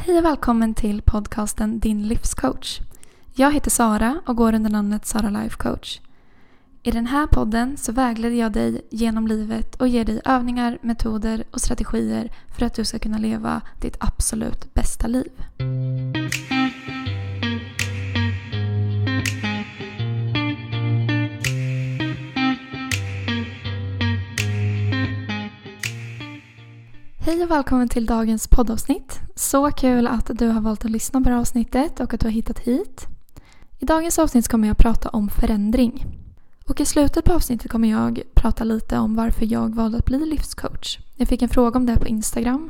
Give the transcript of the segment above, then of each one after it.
Hej och välkommen till podcasten Din livscoach. Jag heter Sara och går under namnet Sara Life Coach. I den här podden så vägleder jag dig genom livet och ger dig övningar, metoder och strategier för att du ska kunna leva ditt absolut bästa liv. Hej och välkommen till dagens poddavsnitt. Så kul att du har valt att lyssna på det här avsnittet och att du har hittat hit. I dagens avsnitt kommer jag prata om förändring. Och i slutet på avsnittet kommer jag prata lite om varför jag valde att bli livscoach. Jag fick en fråga om det på Instagram,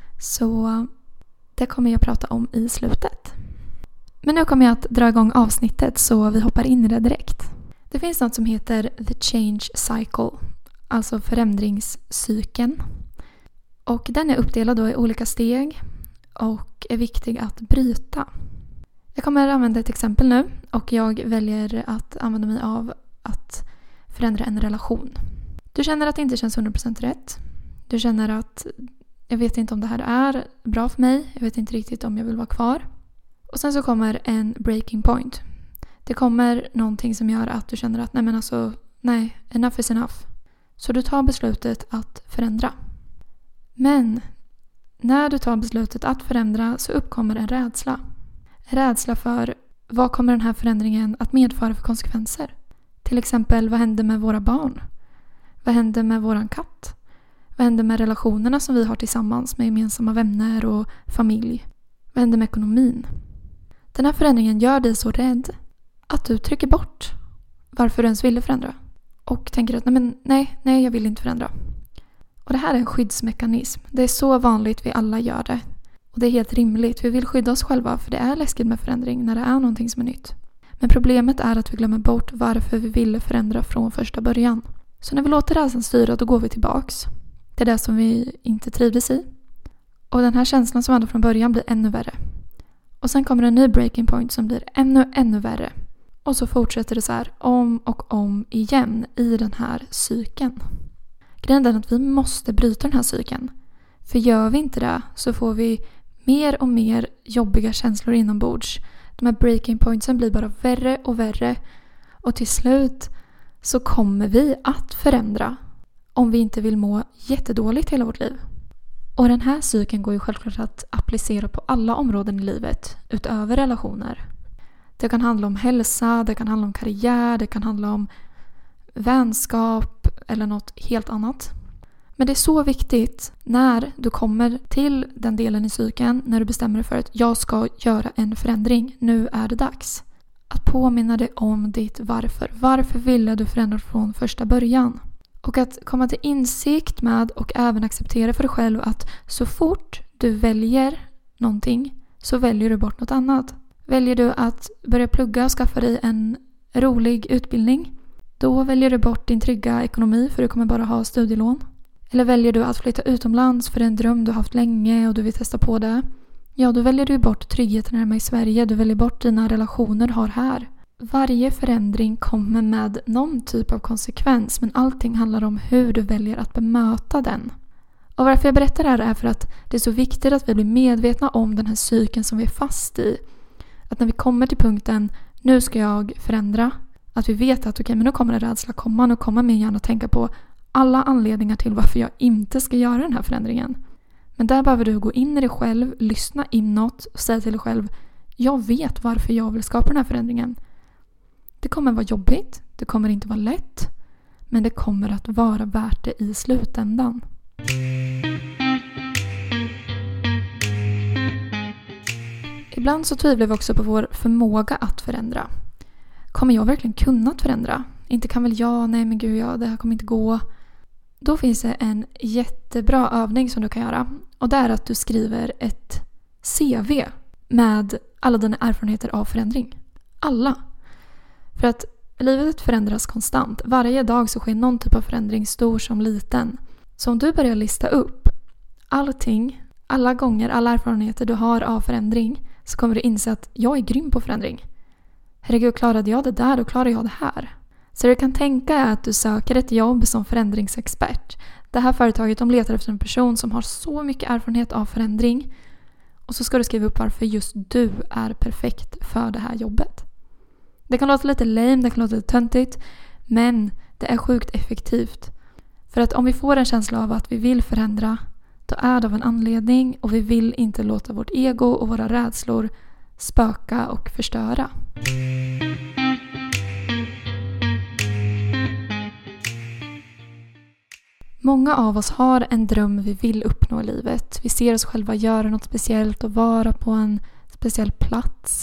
så det kommer jag prata om i slutet. Men nu kommer jag att dra igång avsnittet så vi hoppar in i det direkt. Det finns något som heter the change cycle, alltså förändringscykeln. Och den är uppdelad då i olika steg och är viktig att bryta. Jag kommer att använda ett exempel nu och jag väljer att använda mig av att förändra en relation. Du känner att det inte känns 100% rätt. Du känner att jag vet inte om det här är bra för mig. Jag vet inte riktigt om jag vill vara kvar. Och sen så kommer en breaking point. Det kommer någonting som gör att du känner att nej, enough is enough. Så du tar beslutet att förändra. Men när du tar beslutet att förändra så uppkommer en rädsla. En rädsla för vad kommer den här förändringen att medföra för konsekvenser. Till exempel, vad händer med våra barn? Vad händer med våran katt? Vad händer med relationerna som vi har tillsammans med gemensamma vänner och familj? Vad händer med ekonomin? Den här förändringen gör dig så rädd att du trycker bort varför du ens ville förändra. Och tänker att nej, jag vill inte förändra. Och det här är en skyddsmekanism. Det är så vanligt vi alla gör det. Och det är helt rimligt. Vi vill skydda oss själva för det är läskigt med förändring när det är någonting som är nytt. Men problemet är att vi glömmer bort varför vi ville förändra från första början. Så när vi låter rädslan styra då går vi tillbaks till det som vi inte trivdes i. Och den här känslan som vi hade från början blir ännu värre. Och sen kommer en ny breaking point som blir ännu värre. Och så fortsätter det så här om och om igen i den här cykeln. Grejen är att vi måste bryta den här cykeln. För gör vi inte det så får vi mer och mer jobbiga känslor inombords. De här breaking pointsen blir bara värre och värre. Och till slut så kommer vi att förändra om vi inte vill må jättedåligt hela vårt liv. Och den här cykeln går ju självklart att applicera på alla områden i livet utöver relationer. Det kan handla om hälsa, det kan handla om karriär, det kan handla om vänskap eller något helt annat. Men det är så viktigt när du kommer till den delen i cykeln, när du bestämmer dig för att jag ska göra en förändring, nu är det dags. Att påminna dig om ditt varför. Varför ville du förändra från första början? Och att komma till insikt med och även acceptera för dig själv att så fort du väljer någonting så väljer du bort något annat. Väljer du att börja plugga och skaffa dig en rolig utbildning, då väljer du bort din trygga ekonomi för du kommer bara ha studielån. Eller väljer du att flytta utomlands för en dröm du har haft länge och du vill testa på det. Ja, då väljer du bort tryggheten hemma i Sverige. Du väljer bort dina relationer du har här. Varje förändring kommer med någon typ av konsekvens, men allting handlar om hur du väljer att bemöta den. Och varför jag berättar det här är för att det är så viktigt att vi blir medvetna om den här cykeln som vi är fast i. Att när vi kommer till punkten, nu ska jag förändra. Att vi vet att men nu kommer en rädsla komma. Nu kommer min hjärna att tänka på alla anledningar till varför jag inte ska göra den här förändringen. Men där behöver du gå in i dig själv, lyssna inåt och säga till dig själv, jag vet varför jag vill skapa den här förändringen. Det kommer vara jobbigt, det kommer inte vara lätt, men det kommer att vara värt det i slutändan. Ibland så tvivlar vi också på vår förmåga att förändra. Kommer jag verkligen kunna förändra? Inte kan väl jag, det här kommer inte gå. Då finns det en jättebra övning som du kan göra. Och det är att du skriver ett CV med alla dina erfarenheter av förändring. Alla. För att livet förändras konstant. Varje dag så sker någon typ av förändring, stor som liten. Så om du börjar lista upp allting, alla gånger, alla erfarenheter du har av förändring, så kommer du inse att jag är grym på förändring. Herregud, klarade jag det där, då klarar jag det här. Så du kan tänka att du söker ett jobb som förändringsexpert. Det här företaget, de letar efter en person som har så mycket erfarenhet av förändring. Och så ska du skriva upp varför just du är perfekt för det här jobbet. Det kan låta lite lame, det kan låta lite töntigt, men det är sjukt effektivt. För att om vi får en känsla av att vi vill förändra, då är det av en anledning och vi vill inte låta vårt ego och våra rädslor spöka och förstöra. Många av oss har en dröm vi vill uppnå i livet. Vi ser oss själva göra något speciellt och vara på en speciell plats.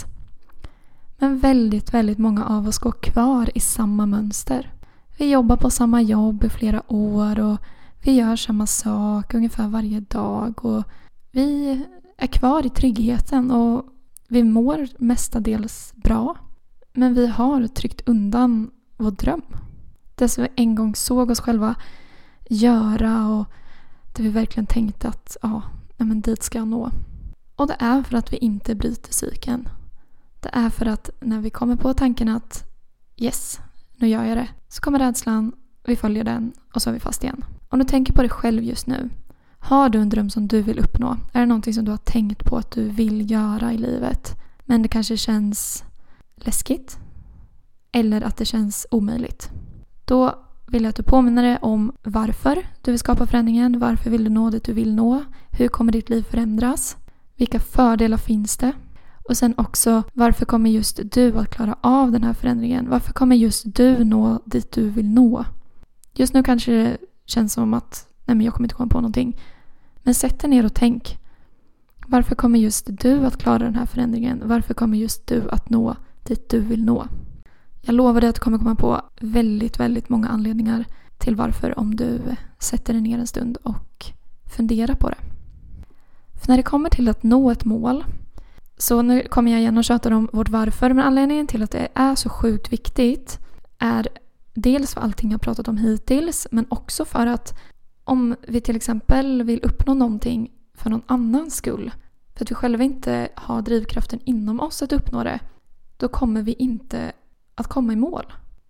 Men väldigt, väldigt många av oss går kvar i samma mönster. Vi jobbar på samma jobb i flera år och vi gör samma sak ungefär varje dag. Och vi är kvar i tryggheten och vi mår mestadels bra. Men vi har tryckt undan vår dröm. Det som vi en gång såg oss själva göra och det vi verkligen tänkte att men dit ska jag nå. Och det är för att vi inte bryter cykeln. Det är för att när vi kommer på tanken att yes, nu gör jag det, så kommer rädslan, vi följer den och så är vi fast igen. Om du tänker på dig själv just nu, har du en dröm som du vill uppnå? Är det någonting som du har tänkt på att du vill göra i livet, men det kanske känns läskigt eller att det känns omöjligt? Då vill jag att du påminner dig om varför du vill skapa förändringen. Varför vill du nå det du vill nå? Hur kommer ditt liv förändras? Vilka fördelar finns det? Och sen också, varför kommer just du att klara av den här förändringen? Varför kommer just du nå dit du vill nå? Just nu kanske det känns som att jag kommer inte komma på någonting. Men sätt dig ner och tänk. Varför kommer just du att klara den här förändringen? Varför kommer just du att nå dit du vill nå? Jag lovar dig att du kommer komma på väldigt, väldigt många anledningar till varför om du sätter dig ner en stund och funderar på det. För när det kommer till att nå ett mål, så nu kommer jag igen och tjatar om vårt varför, men anledningen till att det är så sjukt viktigt är dels för allting jag pratat om hittills, men också för att om vi till exempel vill uppnå någonting för någon annans skull, för att vi själva inte har drivkraften inom oss att uppnå det, då kommer vi inte att komma i mål.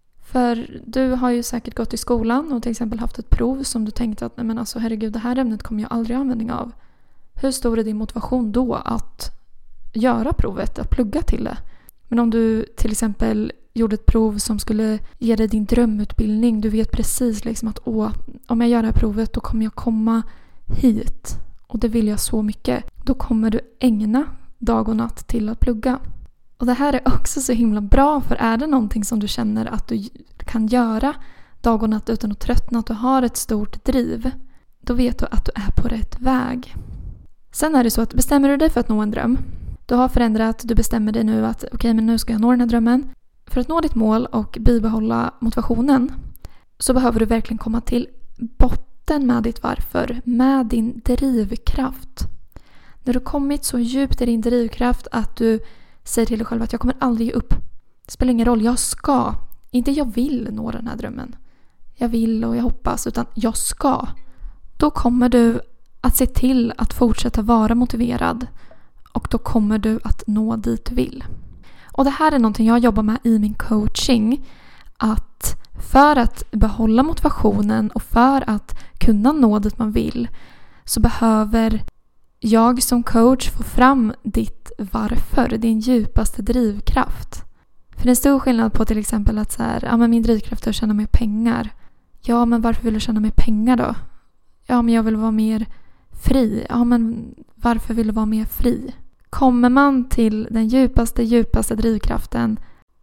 För du har ju säkert gått i skolan och till exempel haft ett prov som du tänkte att herregud, det här ämnet kommer jag aldrig ha användning av. Hur stor är din motivation då att göra provet, att plugga till det? Men om du till exempel gjorde ett prov som skulle ge dig din drömutbildning, du vet precis att om jag gör det här provet då kommer jag komma hit och det vill jag så mycket. Då kommer du ägna dag och natt till att plugga. Och det här är också så himla bra, för är det någonting som du känner att du kan göra dag och natt utan att tröttna, att du har ett stort driv, då vet du att du är på rätt väg. Sen är det så att bestämmer du dig för att nå en dröm, du har förändrat, du bestämmer dig nu att men nu ska jag nå den här drömmen. För att nå ditt mål och bibehålla motivationen så behöver du verkligen komma till botten med ditt varför, med din drivkraft. När du kommit så djupt i din drivkraft att du säger till dig själv att jag kommer aldrig ge upp. Det spelar ingen roll, jag ska. Inte jag vill nå den här drömmen. Jag vill och jag hoppas, utan jag ska. Då kommer du att se till att fortsätta vara motiverad. Och då kommer du att nå dit du vill. Och det här är någonting jag jobbar med i min coaching. Att för att behålla motivationen och för att kunna nå dit man vill, så behöver jag som coach få fram ditt varför, din djupaste drivkraft. För det är en stor skillnad på till exempel att min drivkraft är att tjäna mer pengar. Ja, men varför vill du tjäna mer pengar då? Ja, men jag vill vara mer fri. Ja, men varför vill du vara mer fri? Kommer man till den djupaste drivkraften,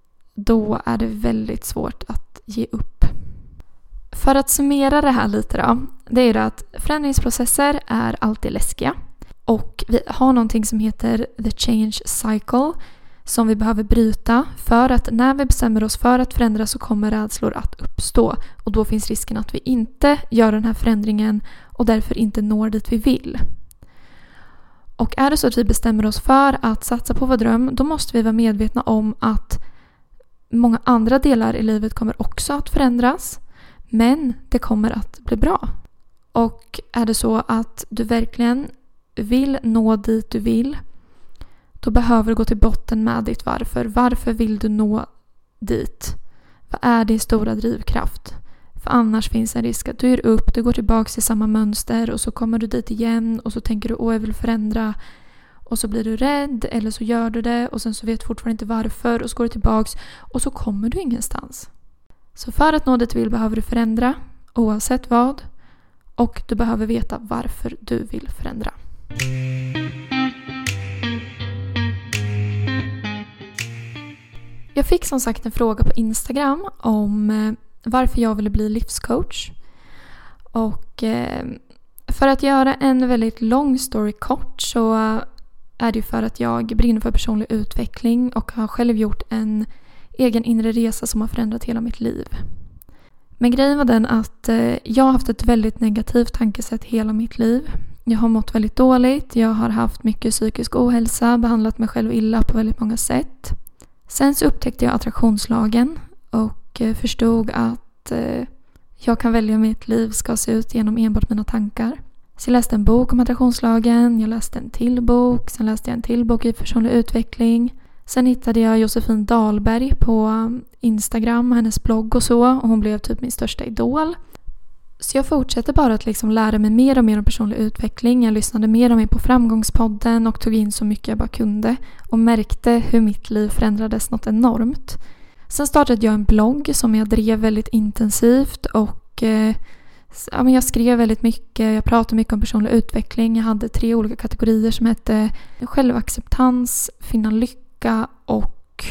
då är det väldigt svårt att ge upp. För att summera det här lite då, det är ju att förändringsprocesser är alltid läskiga. Och vi har någonting som heter the change cycle som vi behöver bryta, för att när vi bestämmer oss för att förändra så kommer rädslor att uppstå. Och då finns risken att vi inte gör den här förändringen och därför inte når dit vi vill. Och är det så att vi bestämmer oss för att satsa på vår dröm, då måste vi vara medvetna om att många andra delar i livet kommer också att förändras, men det kommer att bli bra. Och är det så att du verkligen vill nå dit du vill, då behöver du gå till botten med ditt varför. Varför vill du nå dit? Vad är din stora drivkraft? För annars finns en risk att du ger upp, du går tillbaka till samma mönster och så kommer du dit igen och så tänker du jag vill förändra. och så blir du rädd eller så gör du det och sen så vet du fortfarande inte varför och så går du tillbaks och så kommer du ingenstans. Så för att nå dit du vill behöver du förändra oavsett vad och du behöver veta varför du vill förändra. Jag fick som sagt en fråga på Instagram om varför jag ville bli livscoach. Och för att göra en väldigt lång story kort så är det för att jag brinner för personlig utveckling och har själv gjort en egen inre resa som har förändrat hela mitt liv. Men grejen var den att jag har haft ett väldigt negativt tankesätt hela mitt liv. Jag har mått väldigt dåligt, jag har haft mycket psykisk ohälsa, behandlat mig själv illa på väldigt många sätt. Sen så upptäckte jag attraktionslagen och förstod att jag kan välja hur mitt liv ska se ut genom enbart mina tankar. Så jag läste en bok om attraktionslagen, jag läste en till bok, sen läste jag en till bok i personlig utveckling. Sen hittade jag Josefin Dahlberg på Instagram, hennes blogg och så, och hon blev typ min största idol. Så jag fortsatte bara att liksom lära mig mer och mer om personlig utveckling. Jag lyssnade mer och mer på Framgångspodden och tog in så mycket jag bara kunde. Och märkte hur mitt liv förändrades något enormt. Sen startade jag en blogg som jag drev väldigt intensivt. Och jag skrev väldigt mycket. Jag pratade mycket om personlig utveckling. Jag hade 3 olika kategorier som hette självacceptans, finna lycka och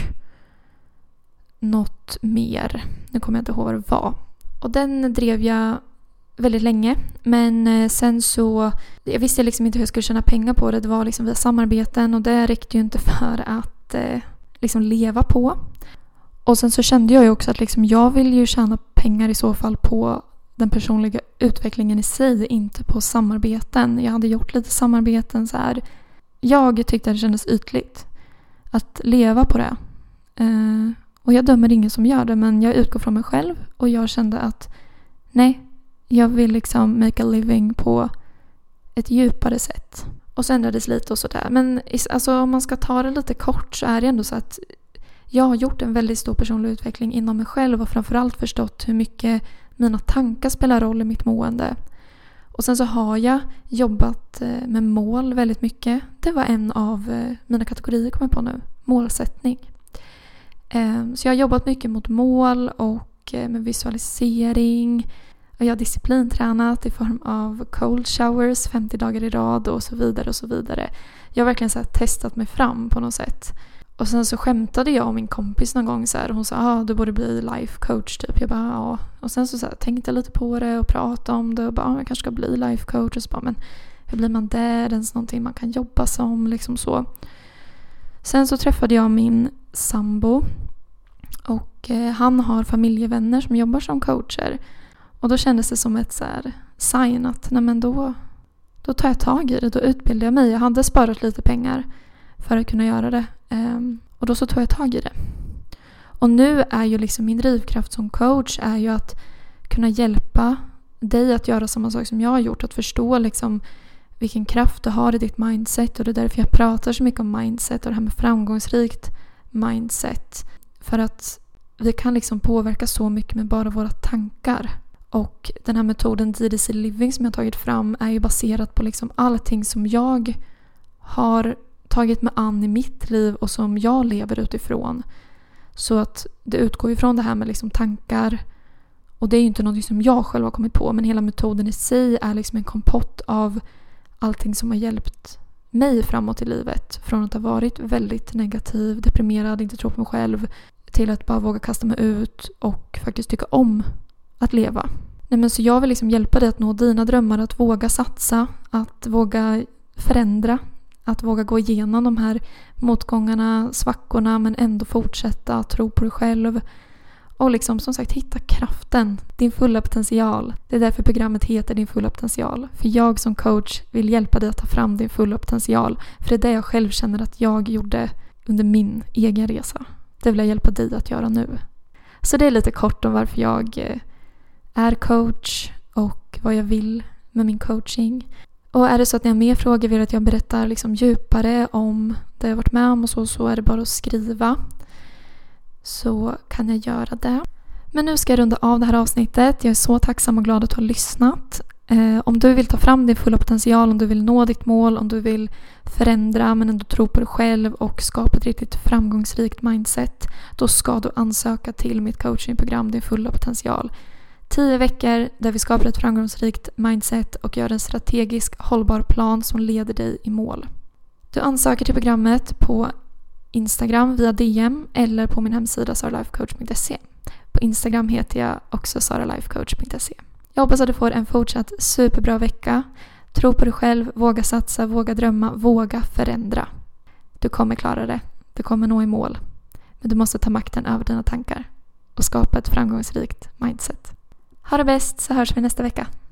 något mer. Nu kommer jag inte ihåg vad det var. Och den drev jag väldigt länge. Men sen så... Jag visste liksom inte hur jag skulle tjäna pengar på det. Det var liksom via samarbeten och det räckte ju inte för att liksom leva på. Och sen så kände jag ju också att liksom jag vill ju tjäna pengar i så fall på den personliga utvecklingen i sig, inte på samarbeten. Jag hade gjort lite samarbeten så här. Jag tyckte det kändes ytligt att leva på det. Och jag dömer ingen som gör det, men jag utgår från mig själv och jag kände att nej, jag vill liksom make a living på ett djupare sätt. Och så ändrades lite och sådär. Men alltså, om man ska ta det lite kort så är det ändå så att jag har gjort en väldigt stor personlig utveckling inom mig själv och framförallt förstått hur mycket mina tankar spelar roll i mitt mående. Och sen så har jag jobbat med mål väldigt mycket. Det var en av mina kategorier, kommer jag på nu. Målsättning. Så jag har jobbat mycket mot mål och med visualisering. Och jag har disciplintränat i form av cold showers 50 dagar i rad och så vidare och så vidare. Jag har verkligen så här testat mig fram på något sätt. Och sen så skämtade jag och min kompis någon gång så här. Och hon sa, du borde bli life coach typ. Jag bara, ja. Och sen så här, tänkte jag lite på det och pratade om det. Och bara, jag kanske ska bli life coach. Och så bara, men hur blir man det? Är det ens någonting man kan jobba som? Liksom så. Sen så träffade jag min sambo. Och han har familjevänner som jobbar som coacher. Och då kändes det som ett så här sign att nej men då tar jag tag i det. Då utbildar jag mig. Jag hade sparat lite pengar för att kunna göra det. Och då så tog jag tag i det. Och nu är ju liksom min drivkraft som coach är ju att kunna hjälpa dig att göra samma sak som jag har gjort. Att förstå liksom vilken kraft du har i ditt mindset. Och det är därför jag pratar så mycket om mindset och det här med framgångsrikt mindset. För att vi kan liksom påverka så mycket med bara våra tankar. Och den här metoden DDC Living som jag har tagit fram är ju baserat på liksom allting som jag har tagit mig an i mitt liv och som jag lever utifrån. Så att det utgår ifrån det här med liksom tankar. Och det är ju inte något som jag själv har kommit på. Men hela metoden i sig är liksom en kompott av allting som har hjälpt mig framåt i livet. Från att ha varit väldigt negativ, deprimerad, inte tro på mig själv. Till att bara våga kasta mig ut och faktiskt tycka om att leva. Nej, men så jag vill liksom hjälpa dig att nå dina drömmar, att våga satsa, att våga förändra, att våga gå igenom de här motgångarna, svackorna men ändå fortsätta att tro på dig själv. Och liksom som sagt hitta kraften, din fulla potential. Det är därför programmet heter Din fulla potential. För jag som coach vill hjälpa dig att ta fram din fulla potential. För det är det jag själv känner att jag gjorde under min egen resa. Det vill jag hjälpa dig att göra nu. Så det är lite kort om varför jag är coach och vad jag vill med min coaching. Och är det så att ni har mer frågor, vill att jag berättar liksom djupare om det jag varit med om och så är det bara att skriva. Så kan jag göra det. Men nu ska jag runda av det här avsnittet. Jag är så tacksam och glad att du har lyssnat. Om du vill ta fram din fulla potential, om du vill nå ditt mål, om du vill förändra men ändå tro på dig själv och skapa ett riktigt framgångsrikt mindset, då ska du ansöka till mitt coachingprogram Din fulla potential. 10 veckor där vi skapar ett framgångsrikt mindset och gör en strategisk hållbar plan som leder dig i mål. Du ansöker till programmet på Instagram via DM eller på min hemsida saralifecoach.se. På Instagram heter jag också saralifecoach.se. Jag hoppas att du får en fortsatt superbra vecka. Tro på dig själv, våga satsa, våga drömma, våga förändra. Du kommer klara det. Du kommer nå i mål. Men du måste ta makten över dina tankar och skapa ett framgångsrikt mindset. Ha det bäst, så hörs vi nästa vecka.